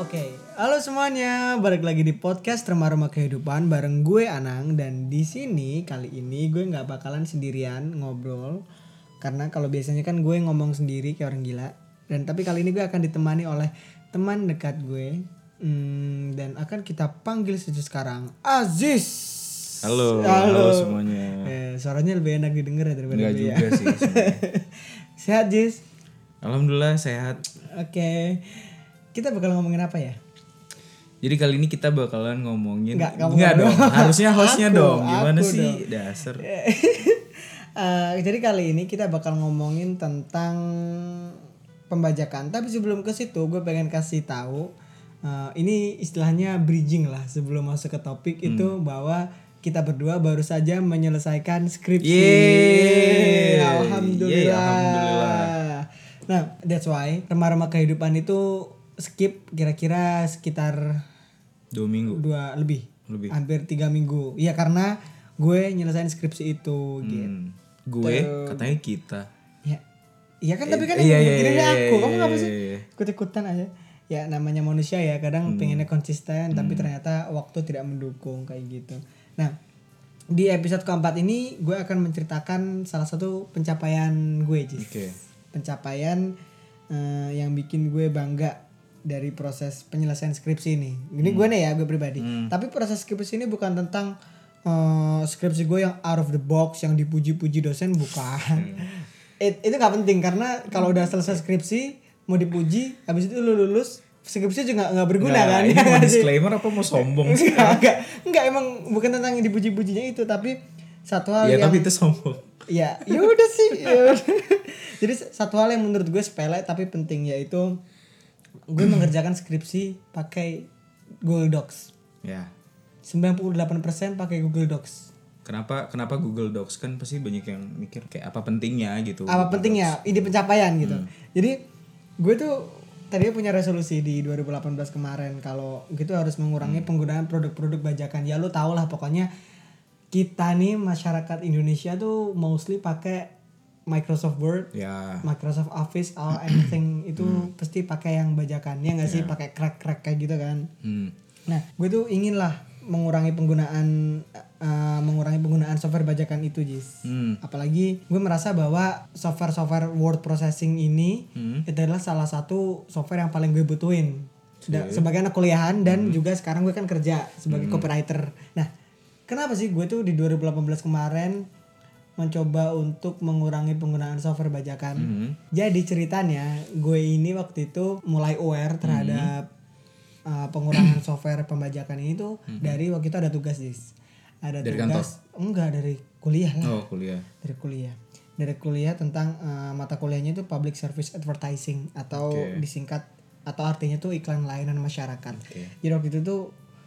Oke, halo semuanya, balik lagi di podcast Remah-Remah Kehidupan bareng gue Anang. Dan di sini kali ini gue nggak bakalan sendirian ngobrol, karena kalau biasanya kan gue ngomong sendiri kayak orang gila. Dan tapi kali ini gue akan ditemani oleh teman dekat gue, dan akan kita panggil saja sekarang Aziz. Halo semuanya. Suaranya lebih enak didengar ya daripada Enggak gue juga ya. sih sebenarnya. Sehat Aziz? Alhamdulillah sehat. Oke. Kita bakal ngomongin apa ya? Jadi kali ini kita bakalan ngomongin Enggak dong. Harusnya hostnya dong. Gimana aku sih dong. dasar? Jadi kali ini kita bakal ngomongin tentang pembajakan. Tapi sebelum ke situ, gue pengen kasih tahu. Ini istilahnya bridging lah sebelum masuk ke topik itu, bahwa kita berdua baru saja menyelesaikan skripsi. Yeay. Alhamdulillah. Alhamdulillah. Nah, that's why remah-remah kehidupan itu skip kira-kira sekitar 2 minggu. lebih. Hampir 3 minggu. Iya, karena gue nyelesain skripsi itu gitu. Gue katanya kita. Ya. Iya kan, tapi kan yang mikirinnya aku. Kamu ngapa sih? Iya. Ikut-ikutan aja. Ya namanya manusia ya, kadang pengennya konsisten tapi ternyata waktu tidak mendukung kayak gitu. Nah, di episode keempat ini gue akan menceritakan salah satu pencapaian gue, Jis. Oke. Pencapaian yang bikin gue bangga dari proses penyelesaian skripsi ini. Ini gue nih ya, gue pribadi. Tapi proses skripsi ini bukan tentang skripsi gue yang out of the box, yang dipuji-puji dosen, bukan. Itu gak penting, karena kalau udah selesai skripsi mau dipuji, habis itu lu lulus, skripsi juga gak berguna kan. Ini mau disclaimer apa mau sombong sih? Enggak, emang bukan tentang yang dipuji-pujinya itu, tapi satu hal Ya yang... tapi itu sombong. Ya udah sih. Jadi satu hal yang menurut gue sepele tapi penting, yaitu gue mengerjakan skripsi pakai Google Docs. Ya. 98% pakai Google Docs. Kenapa Google Docs? Kan pasti banyak yang mikir kayak apa pentingnya gitu. Apa pentingnya? Ide pencapaian gitu. Jadi gue tuh tadinya punya resolusi di 2018 kemarin kalau gitu harus mengurangi penggunaan produk-produk bajakan. Ya lu tau lah, pokoknya kita nih masyarakat Indonesia tuh mostly pakai Microsoft Word, Microsoft Office, anything itu pasti pakai yang bajakan. Ya nggak sih, pakai crack kayak gitu kan. Nah, gue tuh ingin lah mengurangi penggunaan software bajakan itu, Jis. Apalagi gue merasa bahwa software Word processing ini itu adalah salah satu software yang paling gue butuhin. Sebagai anak kuliahan dan juga sekarang gue kan kerja sebagai copywriter. Nah, kenapa sih gue tuh di 2018 kemarin mencoba untuk mengurangi penggunaan software bajakan? Jadi ceritanya gue ini waktu itu mulai aware terhadap pengurangan software pembajakan ini tuh dari waktu itu ada tugas, Jis. Ada dari tugas kantor? Enggak, dari kuliah lah. Oh, kuliah. Dari kuliah tentang mata kuliahnya itu Public Service Advertising atau disingkat atau artinya tuh iklan layanan masyarakat. Jadi waktu itu tuh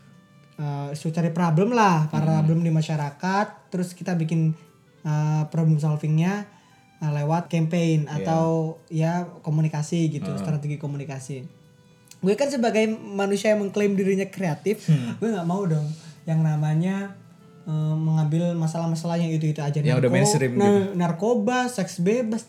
cari problem lah, problem di masyarakat, terus kita bikin problem solvingnya lewat campaign atau ya komunikasi gitu, strategi komunikasi. Gue kan sebagai manusia yang mengklaim dirinya kreatif, gue nggak mau dong yang namanya mengambil masalah-masalah yang itu aja, yang udah mainstream gitu. Narkoba, seks bebas,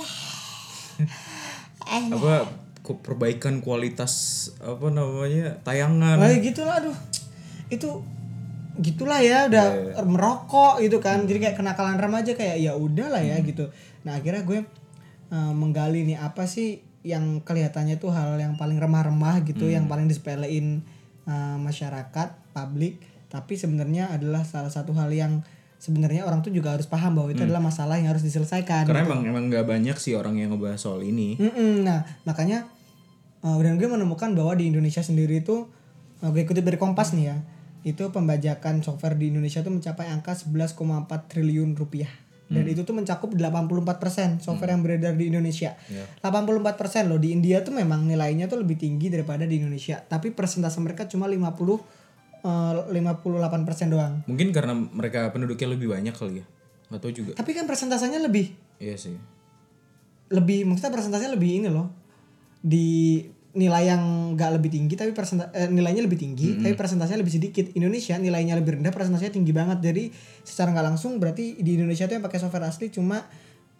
apa perbaikan kualitas apa namanya tayangan. Gitulah, aduh itu gitulah ya, udah merokok gitu kan, jadi kayak kenakalan remaja, kayak ya udahlah ya gitu. Nah akhirnya gue menggali nih apa sih yang kelihatannya tuh hal yang paling remah-remah gitu, yang paling disepelein masyarakat, publik, tapi sebenarnya adalah salah satu hal yang sebenarnya orang tuh juga harus paham bahwa itu adalah masalah yang harus diselesaikan. Karena gitu. emang nggak banyak sih orang yang ngebahas soal ini. Nah makanya dan gue menemukan bahwa di Indonesia sendiri itu, gue kutip dari Kompas nih ya, itu pembajakan software di Indonesia tuh mencapai angka 11,4 triliun rupiah. Dan itu tuh mencakup 84% software yang beredar di Indonesia. 84% loh. Di India tuh memang nilainya tuh lebih tinggi daripada di Indonesia. Tapi persentase mereka cuma 58% doang. Mungkin karena mereka penduduknya lebih banyak kali ya. Gak tahu juga. Tapi kan persentasenya lebih. Iya sih. Maksudnya persentasenya lebih ini loh. Di nilai yang gak lebih tinggi tapi nilainya lebih tinggi tapi persentasenya lebih sedikit. Indonesia nilainya lebih rendah, persentasenya tinggi banget. Jadi secara gak langsung berarti di Indonesia tuh yang pakai software asli cuma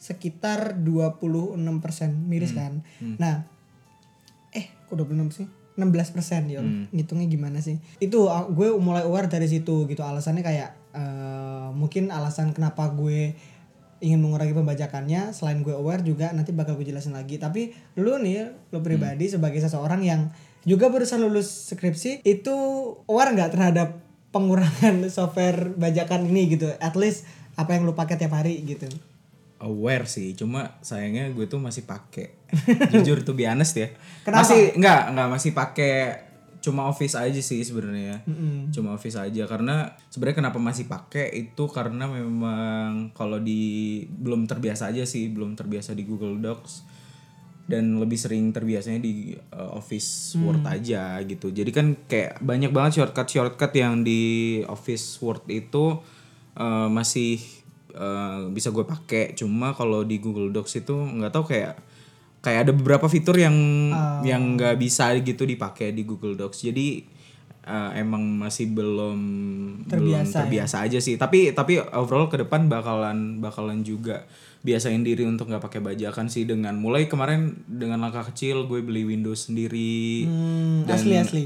sekitar 26%, miris kan. Nah, kok 26 sih? 16% ya. Ngitungnya gimana sih? Itu gue mulai aware dari situ gitu. Alasannya kayak mungkin alasan kenapa gue ingin mengurangi pembajakannya, selain gue aware juga nanti bakal gue jelasin lagi. Tapi lu pribadi sebagai seseorang yang juga barusan lulus skripsi, itu aware nggak terhadap pengurangan software bajakan ini gitu? At least apa yang lu pakai tiap hari gitu? Aware sih, cuma sayangnya gue tuh masih pakai. Jujur to be honest ya. Kenapa? Masih masih pakai, cuma Office aja sih sebenarnya. Cuma Office aja, karena sebenarnya kenapa masih pakai itu karena memang kalau belum terbiasa aja sih, belum terbiasa di Google Docs dan lebih sering terbiasanya di Office Word aja gitu. Jadi kan kayak banyak banget shortcut yang di Office Word itu masih bisa gue pakai. Cuma kalau di Google Docs itu nggak tahu, kayak ada beberapa fitur yang nggak bisa gitu dipakai di Google Docs. Jadi emang masih belum terbiasa aja sih. Tapi overall ke depan bakalan juga biasain diri untuk nggak pakai bajakan sih, dengan mulai kemarin dengan langkah kecil gue beli Windows sendiri. Dan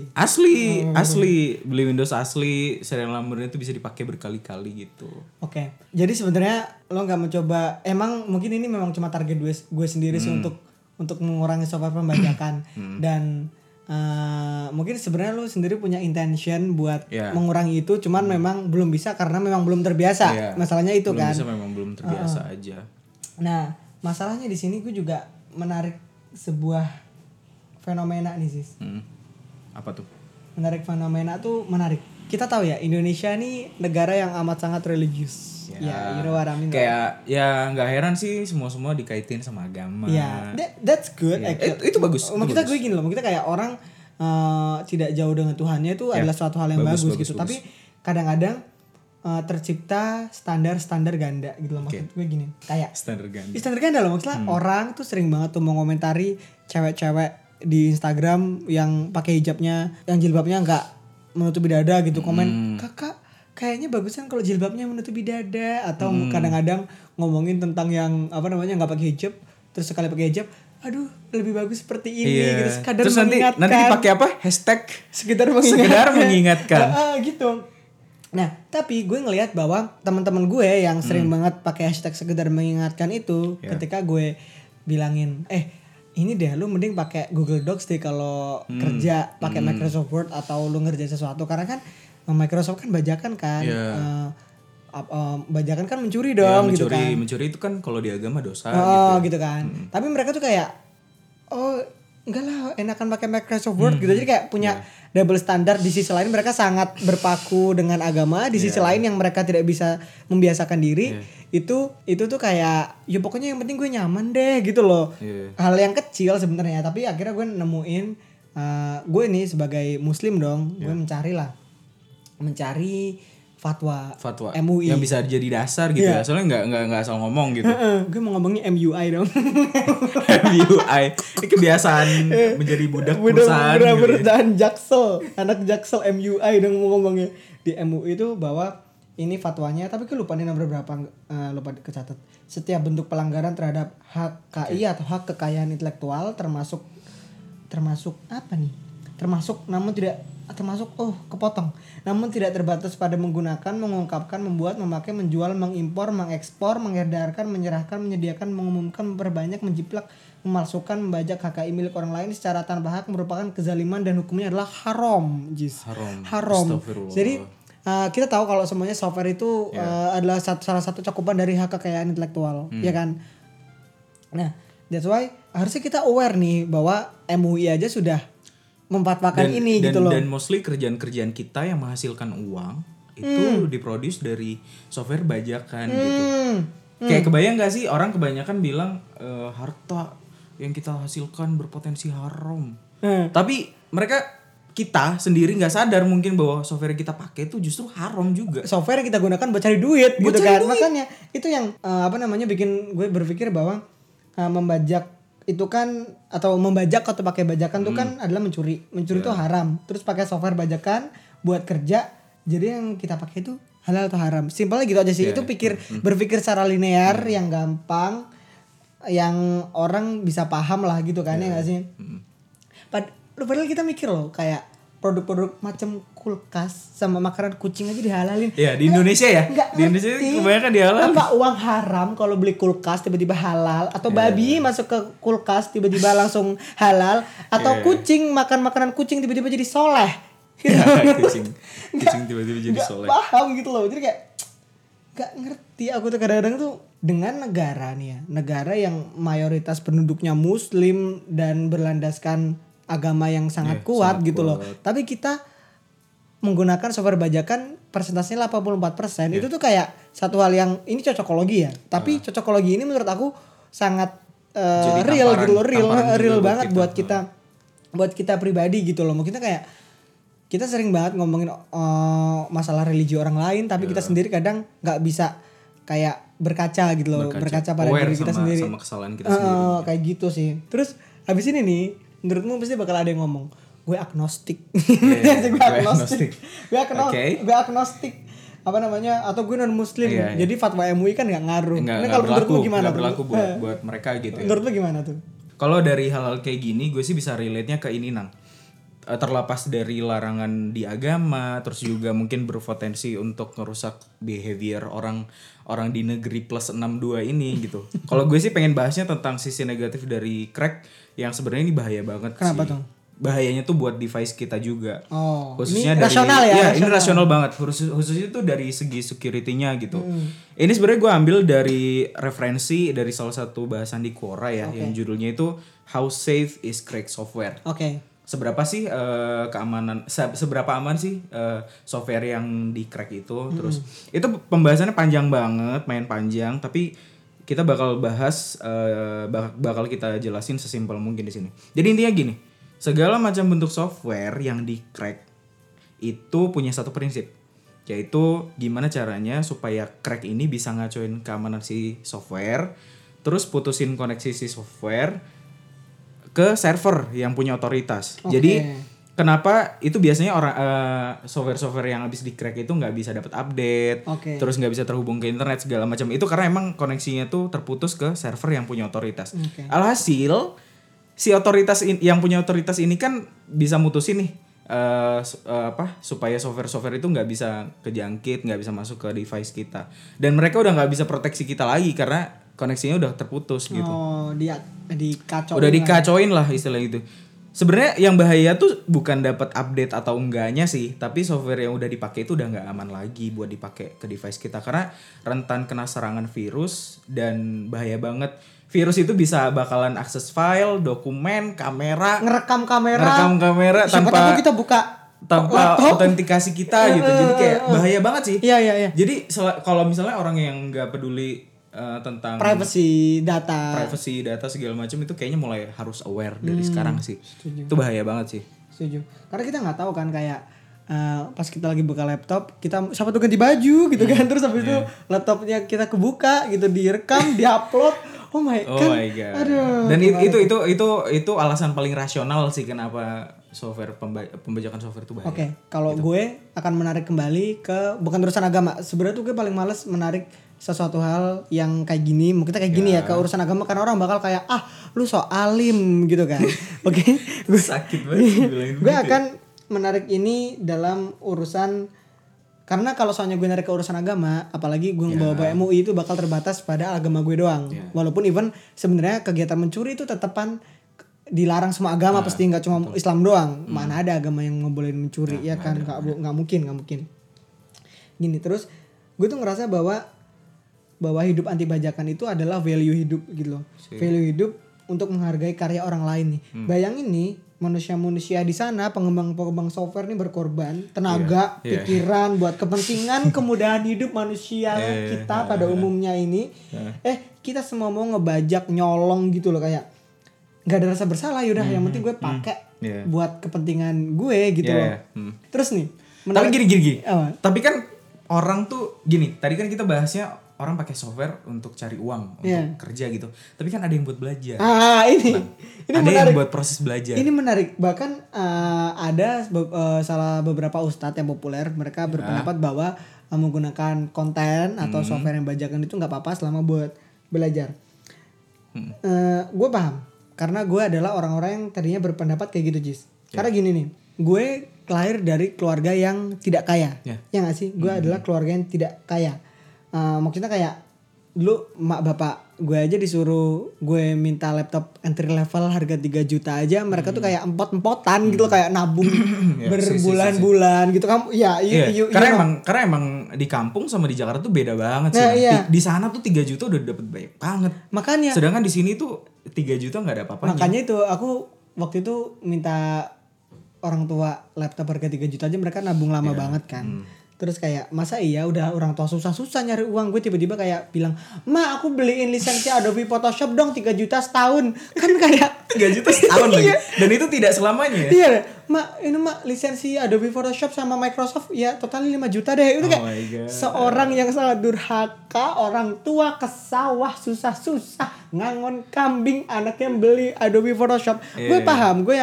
asli beli Windows asli, serial numbernya itu bisa dipakai berkali-kali gitu. Oke. Jadi sebenarnya lo nggak mencoba, emang mungkin ini memang cuma target gue sendiri sih untuk mengurangi software pembajakan. Dan mungkin sebenarnya lo sendiri punya intention buat mengurangi itu, cuman memang belum bisa karena memang belum terbiasa. Masalahnya itu belum kan. Bisa, memang belum terbiasa aja. Nah, masalahnya di sini gue juga menarik sebuah fenomena nih sis. Apa tuh? Menarik fenomena tuh menarik. Kita tahu ya, Indonesia nih negara yang amat sangat religius. Ya, you know what I mean. Kayak ya nggak heran sih semua dikaitin sama agama. Ya, that's good. Itu bagus. Kita gue gini loh, kita kayak orang tidak jauh dengan Tuhannya itu adalah suatu hal yang bagus gitu. Tapi kadang-kadang tercipta standar ganda gitu loh, maksud gue gini. Kayak standar ganda loh, maksudnya orang tuh sering banget tuh mengomentari cewek-cewek di Instagram yang pakai hijabnya, yang jilbabnya nggak menutupi dada gitu, komen kakak kayaknya bagusan kalau jilbabnya menutupi dada, atau kadang-kadang ngomongin tentang yang nggak pakai hijab, terus sekali pakai hijab, aduh lebih bagus seperti ini gitu, sekadar terus mengingatkan. nanti dipakai apa? Hashtag sekedar mengingatkan. Gitu. Nah, tapi gue ngelihat bahwa teman-teman gue yang sering banget pakai hashtag sekedar mengingatkan itu, ketika gue bilangin, ini deh lu mending pakai Google Docs deh kalau kerja, pakai Microsoft Word atau lu ngerjain sesuatu, karena kan Microsoft kan bajakan kan. Bajakan kan mencuri dong gitu kan. Mencuri itu kan kalau di agama dosa gitu kan. Tapi mereka tuh kayak enggak lah, enakan pakai Microsoft Word gitu. Jadi kayak punya double standar. Di sisi lain mereka sangat berpaku dengan agama, di sisi lain yang mereka tidak bisa membiasakan diri. Itu tuh kayak ya pokoknya yang penting gue nyaman deh gitu loh. Hal yang kecil sebenarnya, tapi akhirnya gue nemuin gue ini sebagai muslim dong, gue mencari fatwa MUI yang bisa jadi dasar gitu ya. Soalnya nggak asal ngomong gitu. Gue mau ngomongnya MUI dong. MUI. Ini kebiasaan menjadi budak perusahaan gitu. Perusahaan Jaksel, anak Jaksel MUI dong mau ngomongnya. Di MUI itu bahwa ini fatwanya, tapi gue lupa nih nomor berapa, lupa kecatat. Setiap bentuk pelanggaran terhadap hak KI atau hak kekayaan intelektual termasuk apa nih? Kepotong. Namun tidak terbatas pada menggunakan, mengungkapkan, membuat, memakai, menjual, mengimpor, mengekspor, mengedarkan, menyerahkan, menyediakan, mengumumkan, memperbanyak, menjiplak, memalsukan, membajak HKI milik orang lain secara tanpa hak merupakan kezaliman dan hukumnya adalah haram. Haram. Jadi kita tahu kalau semuanya software itu adalah salah satu cakupan dari hak kekayaan intelektual, ya kan? Nah, that's why harusnya kita aware nih bahwa MUI aja sudah memfatwakan ini gitu loh. Dan mostly kerjaan-kerjaan kita yang menghasilkan uang itu diproduce dari software bajakan gitu. Kayak kebayang gak sih, orang kebanyakan bilang harta yang kita hasilkan berpotensi haram. Tapi kita sendiri nggak sadar mungkin bahwa software yang kita pakai itu justru haram juga. Software yang kita gunakan buat cari duit gitu kan. Makanya itu yang bikin gue berpikir bahwa membajak itu kan, atau membajak atau pakai bajakan itu kan adalah mencuri itu haram. Terus pakai software bajakan buat kerja, jadi yang kita pakai itu halal atau haram. Simpelnya gitu aja sih. Itu berpikir secara linear yang gampang, yang orang bisa paham lah gitu kan, ya nggak sih? padahal kita mikir loh kayak produk-produk macam kulkas sama makanan kucing aja dihalalin. Iya, di Indonesia ya. Di Indonesia kebanyakan dihalalin. Apa uang haram kalau beli kulkas tiba-tiba halal, atau babi masuk ke kulkas tiba-tiba langsung halal, atau kucing makan makanan kucing tiba-tiba jadi soleh. Gitu. Kucing tiba-tiba jadi soleh. Paham gitu loh. Jadi kayak gak ngerti aku tuh kadang-kadang tuh dengan negara nih ya, negara yang mayoritas penduduknya muslim dan berlandaskan agama yang sangat kuat gitu loh. Tapi kita menggunakan software bajakan persentasenya 84%. Itu tuh kayak satu hal yang ini cocokologi ya. Tapi cocokologi ini menurut aku sangat real gitu loh, real banget buat kita. Buat kita pribadi gitu loh. Mungkin kita sering banget ngomongin masalah religi orang lain, tapi kita sendiri kadang nggak bisa kayak berkaca gitu loh, berkaca pada diri kita sendiri. Sama kesalahan kita sendiri. Kayak gitu sih. Terus habis ini nih, menurutmu pasti bakal ada yang ngomong, gue agnostik. Gue agnostik. Apa namanya? Atau gue non muslim. Jadi fatwa MUI kan nggak ngaruh. Ini kalau menurutmu gimana? Nggak berlaku buat mereka gitu. Menurutmu gimana tuh? Kalau dari hal-hal kayak gini, gue sih bisa relate-nya ke ini Nang. Terlepas dari larangan di agama, terus juga mungkin berpotensi untuk merusak behavior orang di negeri plus 62 ini gitu. Kalau gue sih pengen bahasnya tentang sisi negatif dari crack yang sebenarnya ini bahaya banget. Kenapa sih. tuh? Bahayanya tuh buat device kita juga. ini Khususnya dari rasional ya? Iya, ini rasional banget. Khususnya tuh dari segi security-nya gitu. Ini sebenarnya gue ambil dari referensi dari salah satu bahasan di Quora ya, yang judulnya itu How Safe is Crack Software. Seberapa sih seberapa aman sih software yang di crack itu. Terus itu pembahasannya panjang banget, main panjang, tapi kita bakal bahas bakal kita jelasin sesimpel mungkin di sini. Jadi intinya gini, segala macam bentuk software yang di crack itu punya satu prinsip, yaitu gimana caranya supaya crack ini bisa ngacoin keamanan si software, terus putusin koneksi si software ke server yang punya otoritas. Jadi kenapa itu biasanya orang software yang habis di crack itu nggak bisa dapat update, terus nggak bisa terhubung ke internet segala macam. Itu karena emang koneksinya tuh terputus ke server yang punya otoritas. Alhasil si otoritas yang punya otoritas ini kan bisa mutusin nih supaya software itu nggak bisa kejangkit, nggak bisa masuk ke device kita. Dan mereka udah nggak bisa proteksi kita lagi karena koneksinya udah terputus gitu. Udah dikacoin lah istilah itu. Sebenarnya yang bahaya tuh bukan dapat update atau enggaknya sih, tapi software yang udah dipakai itu udah nggak aman lagi buat dipakai ke device kita karena rentan kena serangan virus dan bahaya banget. Virus itu bisa bakalan akses file, dokumen, kamera, ngerekam kamera tanpa kita buka tanpa autentikasi kita gitu. Jadi kayak bahaya banget sih. Iya. Jadi kalau misalnya orang yang nggak peduli tentang privacy data segala macam itu kayaknya mulai harus aware dari sekarang sih. Setuju. Itu bahaya banget sih. Setuju. Karena kita nggak tahu kan kayak pas kita lagi buka laptop, kita siapa tuh ganti baju gitu kan, terus habis itu laptopnya kita kebuka gitu, direkam, diupload. Oh my god. Aduh. Dan itu alasan paling rasional sih kenapa software pembajakan software itu bahaya. Kalau gue akan menarik kembali ke bukan urusan agama. Sebenarnya tuh gue paling males menarik sesuatu hal yang kayak gini, mungkin kayak gini ya ke urusan agama, karena orang bakal kayak lu so alim gitu kan. Gue sakit banget. Gue akan menarik ini dalam urusan, karena kalau soalnya gue narik ke urusan agama, apalagi gue bawa MUI, itu bakal terbatas pada agama gue doang. Walaupun even sebenarnya kegiatan mencuri itu tetepan dilarang semua agama, pasti nggak cuma Islam doang. Mana ada agama yang ngebolehin mencuri, ya kan? Nggak mungkin. Gini, terus gue tuh ngerasa bahwa hidup anti bajakan itu adalah value hidup gitu loh. Value hidup untuk menghargai karya orang lain nih. Bayangin nih, manusia-manusia di sana, pengembang software nih berkorban tenaga, pikiran buat kepentingan kemudahan hidup manusia kita pada umumnya ini. Kita semua mau ngebajak, nyolong gitu loh, kayak nggak ada rasa bersalah. Yaudah, yang penting gue pakai buat kepentingan gue gitu loh. Terus nih, tapi gini. Tapi kan orang tuh gini, tadi kan kita bahasnya orang pakai software untuk cari uang, untuk kerja gitu. Tapi kan ada yang buat belajar. Ini ada menarik. yang buat proses belajar. Ini menarik. Bahkan ada salah beberapa ustadz yang populer, mereka berpendapat bahwa menggunakan konten atau software yang bajakan itu nggak apa-apa selama buat belajar. Gue paham, karena gue adalah orang-orang yang tadinya berpendapat kayak gitu, Jis. Karena gini nih, gue lahir dari keluarga yang tidak kaya. Ya gak sih? Gue adalah keluarga yang tidak kaya. Maksudnya kayak dulu mak bapak gue aja disuruh gue minta laptop entry level harga 3 juta aja, mereka tuh kayak empot-empotan gitu loh, kayak nabung berbulan-bulan gitu. Kamu karena emang di kampung sama di Jakarta tuh beda banget sih. Di sana tuh 3 juta udah dapet banyak banget. Makanya sedangkan di sini tuh 3 juta enggak ada apa-apanya. Makanya itu aku waktu itu minta orang tua laptop harga 3 juta aja, mereka nabung lama banget kan. Terus kayak masa iya udah orang tua susah-susah nyari uang, gue tiba-tiba kayak bilang, "Ma, aku beliin lisensi Adobe Photoshop dong 3 juta setahun." Kan kayak 3 juta setahun lagi. Dan itu tidak selamanya ya. Iya, "Ma, ini Ma lisensi Adobe Photoshop sama Microsoft ya total 5 juta deh." Itu kayak seorang yang sangat durhaka, orang tua ke sawah susah-susah ngangon kambing, anaknya beli Adobe Photoshop. Gue paham, gue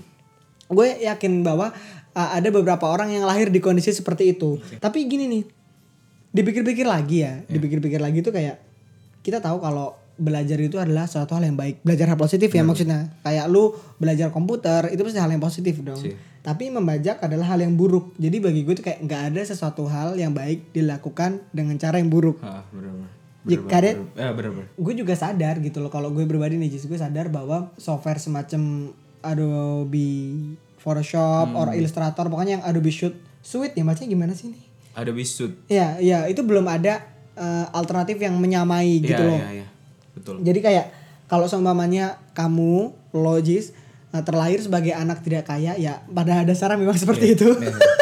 yakin bahwa ada beberapa orang yang lahir di kondisi seperti itu. Tapi gini nih, dipikir-pikir lagi tuh kayak kita tahu kalau belajar itu adalah suatu hal yang baik. Belajar hal positif ya maksudnya. Kayak lu belajar komputer itu pasti hal yang positif dong. Tapi membajak adalah hal yang buruk. Jadi bagi gue tuh kayak nggak ada sesuatu hal yang baik dilakukan dengan cara yang buruk. Bener. Gue juga sadar gitu loh, kalau gue pribadi nih, gue sadar bahwa software semacam Adobe Photoshop or Illustrator, pokoknya yang Adobe Suite ya, bacanya gimana sih nih? Adobe Suite. Iya, itu belum ada alternatif yang menyamai gitu loh. Iya. Betul. Jadi kayak kalau seumpamanya kamu logis terlahir sebagai anak tidak kaya, ya pada dasarnya memang seperti itu.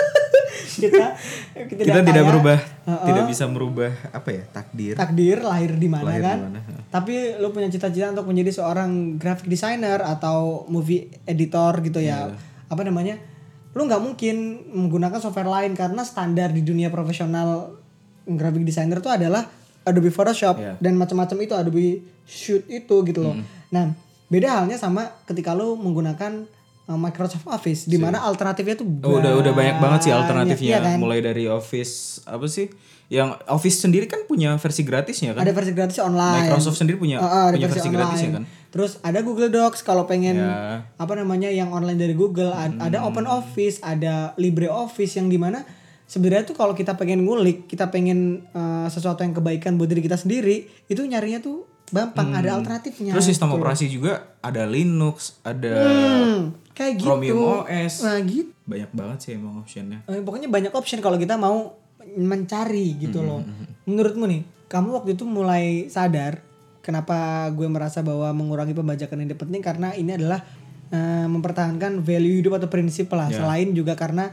kita tidak berubah, tidak bisa merubah takdir lahir di mana kan. Tapi lu punya cita-cita untuk menjadi seorang graphic designer atau movie editor gitu ya. Apa namanya, lu nggak mungkin menggunakan software lain karena standar di dunia profesional graphic designer itu adalah Adobe Photoshop dan macam-macam itu, Adobe Shoot itu gitu loh. Nah, beda halnya sama ketika lu menggunakan Microsoft Office di mana alternatifnya tuh udah banyak banget sih alternatifnya, iya kan? Mulai dari Office apa sih? Yang Office sendiri kan punya versi gratisnya kan? Ada versi gratis online. Microsoft sendiri punya versi gratisnya kan? Terus ada Google Docs kalau pengen apa namanya yang online dari Google, ada Open Office, ada LibreOffice yang dimana sebenarnya tuh kalau kita pengen ngulik, kita pengen sesuatu yang kebaikan buat diri kita sendiri, itu nyarinya tuh gampang, ada alternatifnya. Terus sistem operasi juga ada Linux, ada kayak gitu. Chromium OS. Nah, gitu. Banyak banget sih emang optionnya. Pokoknya banyak option kalau kita mau mencari gitu loh. Menurutmu nih, kamu waktu itu mulai sadar kenapa gue merasa bahwa mengurangi pembajakan ini penting, karena ini adalah mempertahankan value hidup atau prinsip lah. Selain juga karena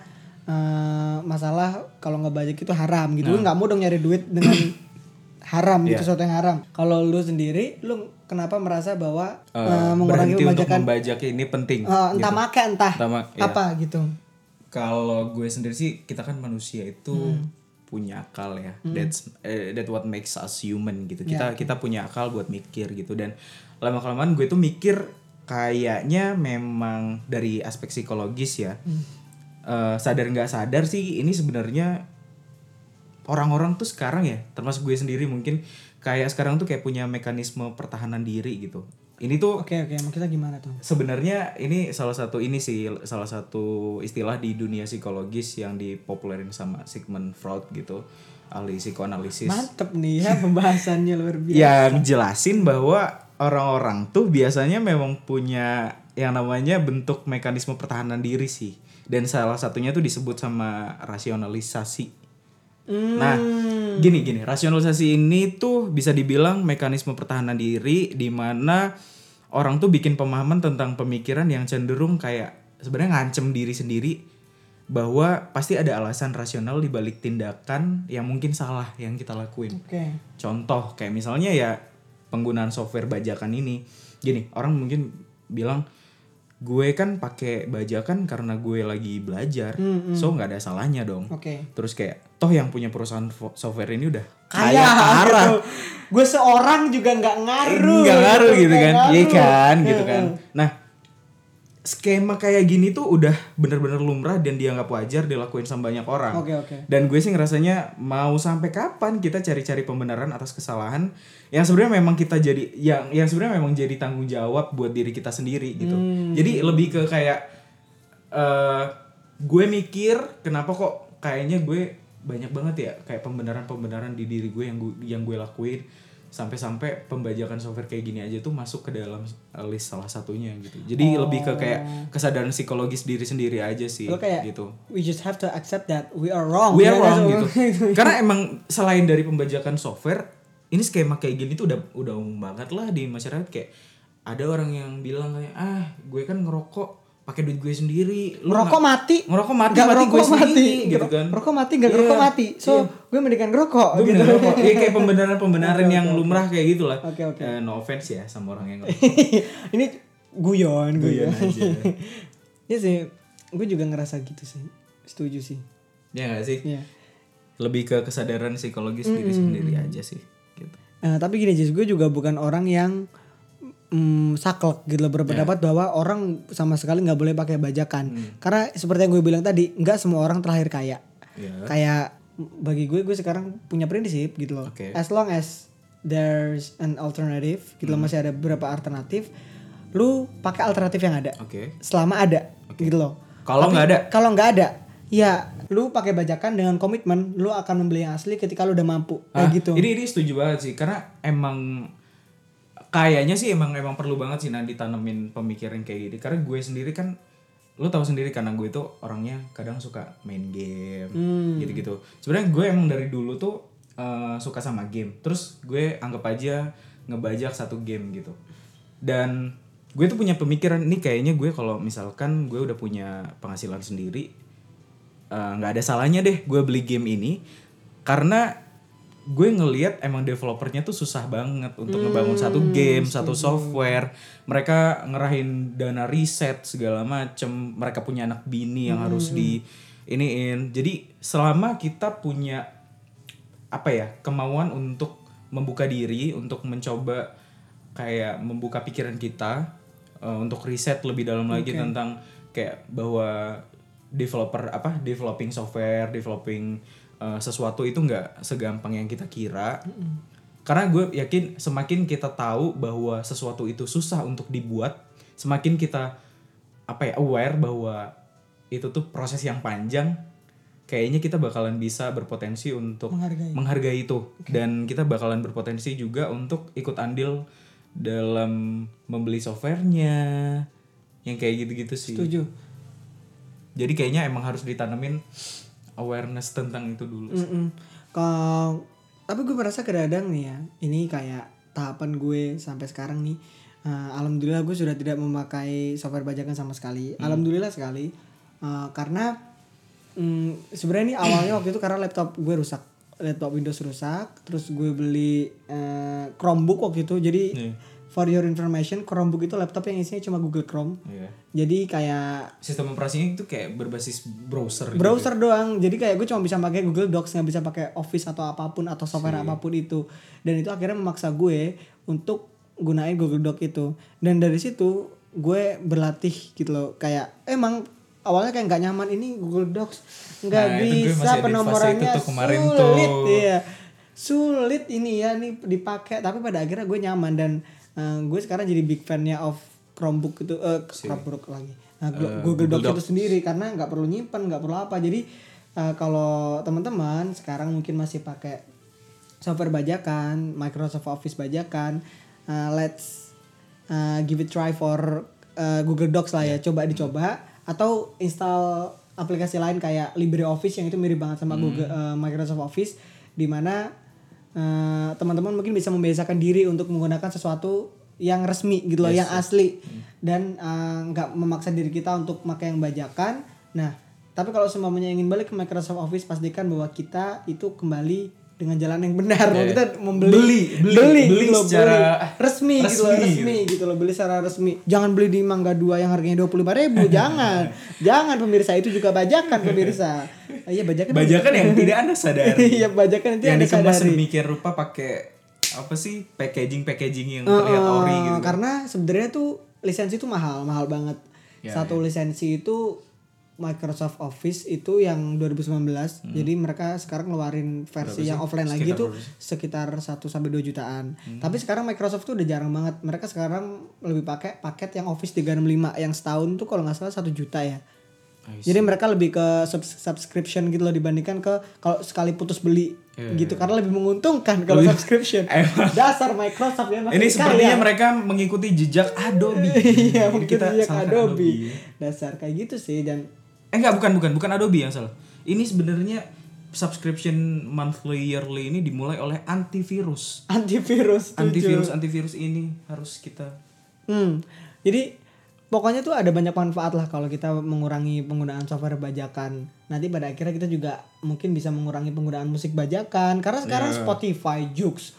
masalah kalau ngebajak itu haram gitu. Lu nggak mau dong nyari duit dengan haram gitu, sesuatu yang haram. Kalau lu sendiri, lu kenapa merasa bahwa mengurangi pembajakan untuk membajak ini penting? Entah gitu. make apa gitu. Kalau gue sendiri sih, kita kan manusia itu punya akal ya. That's what makes us human gitu. Kita punya akal buat mikir gitu, dan lama-kelamaan gue tuh mikir kayaknya memang dari aspek psikologis ya. Sadar nggak sadar sih ini sebenarnya orang-orang tuh sekarang ya, termasuk gue sendiri mungkin kayak sekarang tuh kayak punya mekanisme pertahanan diri gitu. Ini tuh Oke, maksudnya gimana tuh? Sebenarnya ini salah satu istilah di dunia psikologis yang dipopulerin sama Sigmund Freud gitu, ahli psikoanalisis. Mantep nih ya pembahasannya, luar biasa. Yang jelasin bahwa orang-orang tuh biasanya memang punya yang namanya bentuk mekanisme pertahanan diri sih. Dan salah satunya tuh disebut sama rasionalisasi. Nah, gini, rasionalisasi ini tuh bisa dibilang mekanisme pertahanan diri di mana orang tuh bikin pemahaman tentang pemikiran yang cenderung kayak sebenarnya ngancem diri sendiri bahwa pasti ada alasan rasional di balik tindakan yang mungkin salah yang kita lakuin. Contoh kayak misalnya ya penggunaan software bajakan ini. Gini, orang mungkin bilang gue kan pakai bajakan karena gue lagi belajar, so nggak ada salahnya dong. Terus kayak toh yang punya perusahaan software ini udah kaya parah, gitu. Gue seorang juga nggak ngaruh gitu kan, iya kan gitu kan. Nah, skema kayak gini tuh udah bener-bener lumrah dan dianggap wajar dilakuin sama banyak orang. Dan gue sih ngerasanya mau sampai kapan kita cari-cari pembenaran atas kesalahan yang sebenarnya memang kita jadi yang sebenarnya memang jadi tanggung jawab buat diri kita sendiri gitu. Jadi lebih ke kayak gue mikir kenapa kok kayaknya gue banyak banget ya kayak pembenaran di diri gue yang gue lakuin sampai pembajakan software kayak gini aja tuh masuk ke dalam list salah satunya gitu. Jadi lebih ke kayak kesadaran psikologis diri sendiri aja sih gitu. We just have to accept that we are wrong. We are wrong gitu. Karena emang selain dari pembajakan software, ini skema kayak gini tuh udah umum banget lah di masyarakat. Kayak ada orang yang bilang kayak gue kan ngerokok pakai duit gue sendiri. Ngerokok mati gue sendiri gitu kan. Ngerokok mati gak ngerokok mati. So gue mendingan ngerokok gitu. Iya kayak pembenaran yang lumrah kayak gitu lah. Oke. No offense ya sama orang yang Ini guyon aja. Iya sih, gue juga ngerasa gitu sih. Setuju sih. Ya gak sih? Iya. Lebih ke kesadaran psikologis diri sendiri aja sih gitu. Tapi gini Jis, gue juga bukan orang yang saklek gitu loh, berpendapat bahwa orang sama sekali nggak boleh pakai bajakan. Karena seperti yang gue bilang tadi, nggak semua orang terlahir kaya. Kayak bagi gue sekarang punya prinsip gitu loh. As long as there's an alternative gitu loh, masih ada beberapa alternatif, lu pakai alternatif yang ada. Selama ada gitu loh. Kalau nggak ada, ya lu pakai bajakan dengan komitmen lu akan membeli yang asli ketika lu udah mampu. Kayak gitu. Ini setuju banget sih, karena emang kayaknya sih emang perlu banget sih ditanemin pemikiran kayak gini. Karena gue sendiri kan, lu tahu sendiri karena gue tuh orangnya kadang suka main game gitu-gitu. Sebenarnya gue emang dari dulu tuh suka sama game. Terus gue anggap aja ngebajak satu game gitu. Dan gue tuh punya pemikiran ini kayaknya gue kalau misalkan gue udah punya penghasilan sendiri, nggak ada salahnya deh gue beli game ini, karena gue ngelihat emang developernya tuh susah banget untuk ngebangun satu game, satu software. Mereka ngerahin dana riset segala macem. Mereka punya anak bini yang harus iniin. Jadi selama kita punya kemauan untuk membuka diri, untuk mencoba kayak membuka pikiran kita untuk riset lebih dalam lagi tentang kayak bahwa developing software, developing sesuatu itu nggak segampang yang kita kira. Karena gue yakin semakin kita tahu bahwa sesuatu itu susah untuk dibuat, semakin kita aware bahwa itu tuh proses yang panjang, kayaknya kita bakalan bisa berpotensi untuk menghargai itu. Dan kita bakalan berpotensi juga untuk ikut andil dalam membeli softwarenya, yang kayak gitu-gitu sih. Setuju. Jadi kayaknya emang harus ditanemin awareness tentang itu dulu sih. Tapi gue merasa kadang-kadang nih ya, ini kayak tahapan gue sampai sekarang nih, alhamdulillah gue sudah tidak memakai software bajakan sama sekali. Alhamdulillah sekali. Karena sebenarnya ini awalnya waktu itu karena laptop gue rusak, laptop Windows rusak, terus gue beli Chromebook waktu itu. Jadi for your information, Chromebook itu laptop yang isinya cuma Google Chrome. Jadi kayak sistem operasinya itu kayak berbasis browser gitu. Doang. Jadi kayak gue cuma bisa pakai Google Docs, nggak bisa pakai Office atau apapun atau software apapun itu. Dan itu akhirnya memaksa gue untuk gunain Google Doc itu. Dan dari situ gue berlatih gitu loh. Kayak emang awalnya kayak nggak nyaman, ini Google Docs nggak bisa, penomorannya sulit. Iya. Sulit ini ya nih dipakai, tapi pada akhirnya gue nyaman. Dan gue sekarang jadi big fan-nya of Chromebook itu, Chromebook lagi. Google Docs itu sendiri, karena nggak perlu nyimpen, nggak perlu apa. Jadi kalau teman-teman sekarang mungkin masih pakai software bajakan, Microsoft Office bajakan, let's give it try for Google Docs lah ya. Coba dicoba, atau install aplikasi lain kayak LibreOffice yang itu mirip banget sama Google Microsoft Office, di mana teman-teman mungkin bisa membiasakan diri untuk menggunakan sesuatu yang resmi gitu loh, yang asli, dan nggak memaksa diri kita untuk pakai yang bajakan. Nah, tapi kalau semuanya ingin balik ke Microsoft Office, pastikan bahwa kita itu kembali dengan jalan yang benar. Kita membeli beli secara resmi gitu loh, beli secara resmi. Jangan beli di Mangga 2 yang harganya 25.000. Jangan pemirsa, itu juga bajakan pemirsa. Iya, bajakan yang tidak Anda sadari. Iya, bajakan itu yang Anda sadari. Yang dikemas sedemikian rupa pakai packaging yang terlihat ori gitu. Karena sebenarnya tuh lisensi itu mahal banget. Satu lisensi itu Microsoft Office itu yang 2019. Jadi mereka sekarang ngeluarin versi yang offline lagi tuh sekitar 1-2 jutaan. Tapi sekarang Microsoft tuh udah jarang banget. Mereka sekarang lebih pakai paket yang Office 365 yang setahun tuh kalau nggak salah 1 juta ya. Jadi mereka lebih ke subscription gitu loh dibandingkan ke kalau sekali putus beli gitu karena lebih menguntungkan kalau subscription. Dasar Microsoft ya. Ini sepertinya mereka mengikuti jejak Adobe. Iya, mungkin jejak Adobe. Dasar kayak gitu sih dan bukan Adobe yang salah. Ini sebenarnya subscription monthly yearly ini dimulai oleh antivirus. Antivirus ini harus kita. Jadi pokoknya tuh ada banyak manfaat lah kalau kita mengurangi penggunaan software bajakan. Nanti pada akhirnya kita juga mungkin bisa mengurangi penggunaan musik bajakan. Karena sekarang Spotify, Joox,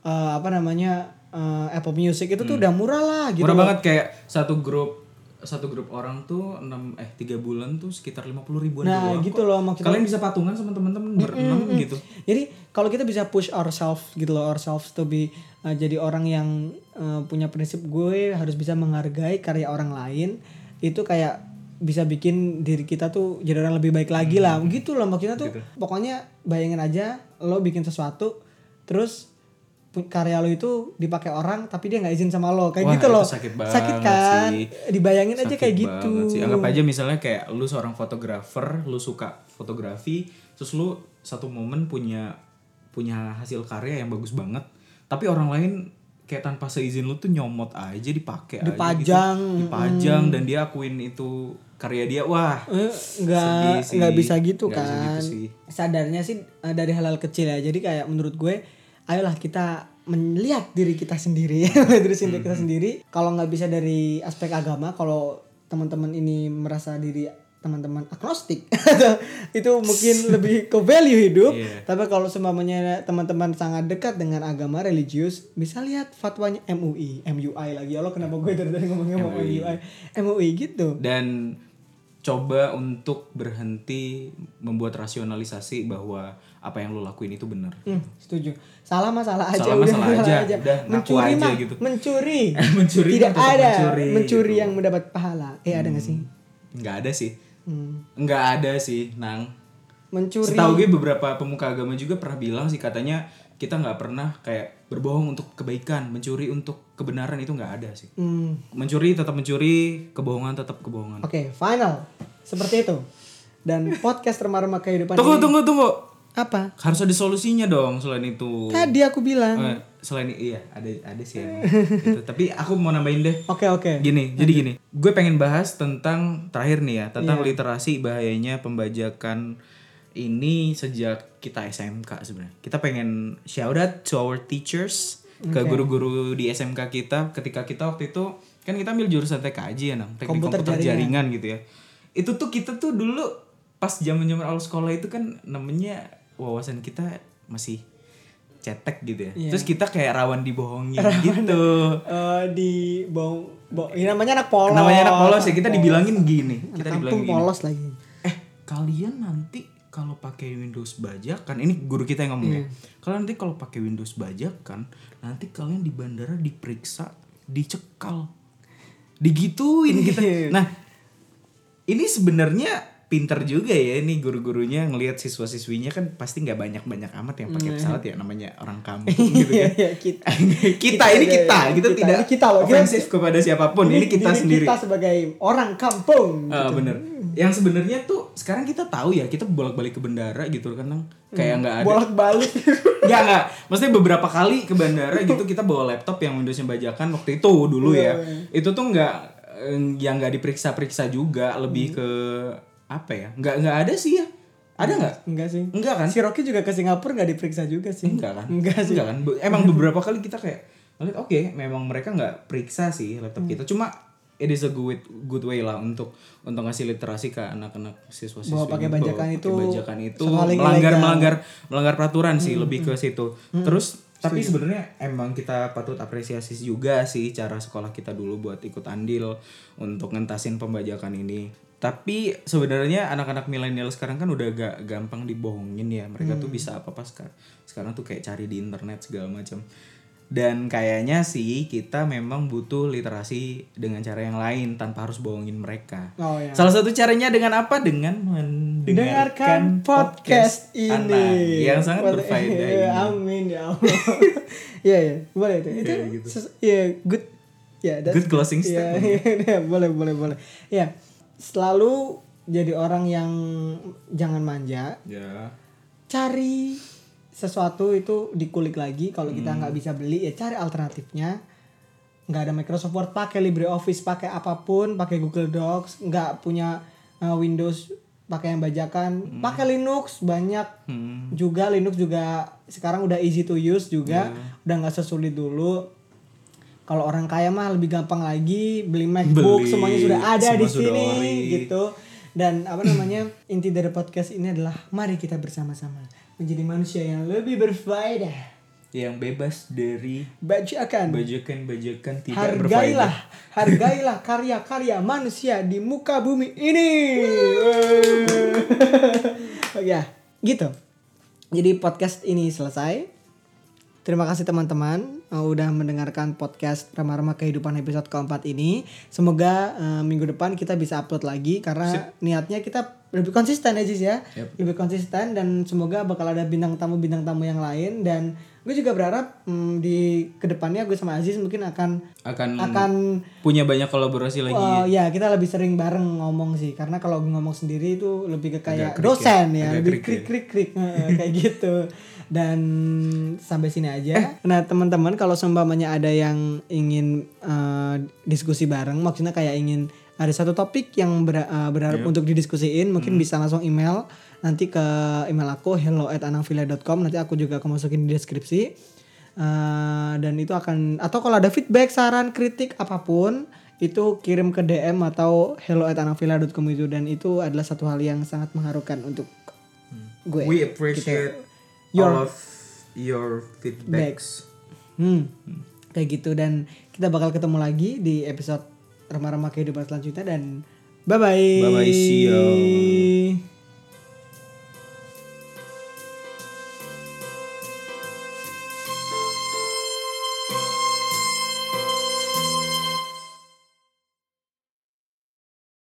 Apple Music itu tuh udah murah lah gitu. Murah banget, kayak satu grup orang tuh 3 bulan tuh sekitar 50.000-an. Nah gitu loh maksudnya. Kalian bisa patungan sama teman-teman berenam gitu. Jadi kalau kita bisa push ourselves to be jadi orang yang punya prinsip gue harus bisa menghargai karya orang lain, itu kayak bisa bikin diri kita tuh jadi orang lebih baik lagi lah gitu loh maksudnya tuh. Pokoknya bayangin aja lo bikin sesuatu terus karya lo itu dipakai orang tapi dia nggak izin sama lo kayak gitu loh. Sakit kan sih. Dibayangin aja kayak gitu sih. Anggap aja misalnya kayak lu seorang fotografer, lu suka fotografi, terus lu satu momen punya hasil karya yang bagus banget tapi orang lain kayak tanpa seizin lu tuh nyomot aja, dipajang gitu. Dan dia akuin itu karya dia. Wah, nggak bisa gitu kan. Bisa gitu sih. Sadarnya sih dari hal-hal kecil ya. Jadi kayak menurut gue, ayolah kita melihat diri kita sendiri, kita sendiri. Kalau nggak bisa dari aspek agama, kalau teman-teman ini merasa diri teman-teman agnostik itu mungkin lebih ke value hidup. Tapi kalau seumpamanya teman-teman sangat dekat dengan agama religius, bisa lihat fatwanya MUI lagi. Allah kenapa gue dari ngomongnya MUI gitu. Dan coba untuk berhenti membuat rasionalisasi bahwa apa yang lo lakuin itu benar. Setuju. Salah masalah aja. Udah mencuri aja mah gitu. Mencuri tidak ada mencuri yang mendapat pahala. Ada nggak sih? Nggak ada sih, Nang. Mencuri. Setahu gue beberapa pemuka agama juga pernah bilang sih, katanya kita nggak pernah kayak berbohong untuk kebaikan, mencuri untuk kebenaran itu nggak ada sih. Mencuri tetap mencuri, kebohongan tetap kebohongan. Oke, final seperti itu. Dan podcast remah-remah kehidupan Tunggu. Apa? Harus ada solusinya dong selain itu. Tadi aku bilang. Selain ada sih emang. Gitu. Tapi aku mau nambahin deh. Oke. Jadi gini. Gue pengen bahas tentang terakhir nih ya, tentang literasi, bahayanya pembajakan ini sejak kita SMK sebenarnya. Kita pengen shout out to our teachers, ke guru-guru di SMK kita ketika kita waktu itu kan kita ambil jurusan TKJ ya, Nang, teknik komputer jaringan gitu ya. Itu tuh kita tuh dulu pas zaman-zaman awal sekolah itu kan namanya wawasan kita masih cetek gitu ya. Terus kita kayak rawan dibohongin gitu. Namanya anak polos. Ya, kita dibilangin gini. Kita dibilangin polos lagi. Kalian nanti kalau pakai Windows bajakan, ini guru kita yang ngomong ya. Kalian nanti kalau pakai Windows bajakan, nanti kalian di bandara diperiksa, dicekal. Digituin kita. Nah, ini sebenarnya pinter juga ya ini guru-gurunya ngelihat siswa-siswinya kan pasti nggak banyak-banyak amat yang pakai pesawat ya, namanya orang kampung gitu kan. kita tidak ofensif kepada siapapun, ini kita sendiri. Kita sebagai orang kampung. Gitu. Bener. Yang sebenarnya tuh sekarang kita tahu ya, kita bolak-balik ke bandara gitu kan, kayak nggak ada. Bolak-balik. Nggak. Maksudnya beberapa kali ke bandara gitu kita bawa laptop yang Windowsnya bajakan waktu itu dulu ya. Itu tuh nggak diperiksa-periksa juga, lebih ke apa ya? Nggak ada sih ya. Ada nggak? Enggak sih. Enggak kan? Si Rocky juga ke Singapura nggak diperiksa juga sih. Enggak kan? Emang beberapa kali kita kayak ngeliat oke, memang mereka nggak periksa sih laptop kita. Cuma it is a good way lah untuk ngasih literasi ke anak-anak siswa-siswi. Bahwa pakai bajakan itu melanggar peraturan sih, lebih ke situ. Terus tapi sebenarnya emang kita patut apresiasi juga sih cara sekolah kita dulu buat ikut andil untuk ngentasin pembajakan ini. Tapi sebenarnya anak-anak milenial sekarang kan udah gak gampang dibohongin ya. Mereka tuh bisa apa-apa sekarang tuh kayak cari di internet segala macam. Dan kayaknya sih kita memang butuh literasi dengan cara yang lain tanpa harus bohongin mereka. Salah satu caranya dengan apa? Dengan mendengarkan podcast ini yang sangat berfaedah ini. Amin ya Allah. Iya, boleh itu. Itu good. Good closing statement. Boleh. Ya. Selalu jadi orang yang jangan manja. Ya. Cari sesuatu itu dikulik lagi. Kalau kita nggak bisa beli ya cari alternatifnya. Nggak ada Microsoft Word, pakai LibreOffice, pakai apapun, pakai Google Docs. Nggak punya Windows, pakai yang bajakan, pakai Linux. Banyak juga Linux juga sekarang udah easy to use juga, udah nggak sesulit dulu. Kalau orang kaya mah lebih gampang lagi, beli MacBook, semuanya sudah ada di sini gitu. Dan apa namanya, inti dari podcast ini adalah mari kita bersama-sama menjadi manusia yang lebih berfaedah, yang bebas dari bajakan tidak berfaedah. Hargailah karya-karya manusia di muka bumi ini. Ya, gitu. Jadi podcast ini selesai. Terima kasih teman-teman udah mendengarkan podcast Rama-Rama Kehidupan episode keempat ini. Semoga minggu depan kita bisa upload lagi karena niatnya kita lebih konsisten aja sih ya. Lebih konsisten dan semoga bakal ada bintang tamu yang lain. Dan gue juga berharap di kedepannya gue sama Aziz mungkin akan punya banyak kolaborasi lagi. Ya kita lebih sering bareng ngomong sih, karena kalau ngomong sendiri itu lebih ke kayak dosen ya, lebih krik kayak gitu. Dan sampai sini aja. Nah teman-teman, kalau seumpamanya ada yang ingin diskusi bareng, maksudnya kayak ingin ada satu topik yang berharap untuk didiskusiin, mungkin bisa langsung email nanti ke email aku hello@anangvilla.com. Nanti aku juga akan masukin di deskripsi. Dan itu akan, atau kalau ada feedback, saran, kritik apapun itu kirim ke DM atau hello@anangvilla.com itu. Dan itu adalah satu hal yang sangat mengharukan untuk gue. We appreciate all of your feedbacks. Kayak gitu. Dan kita bakal ketemu lagi di episode Rama-Rama Kehidupan selanjutnya. Dan bye bye. See you.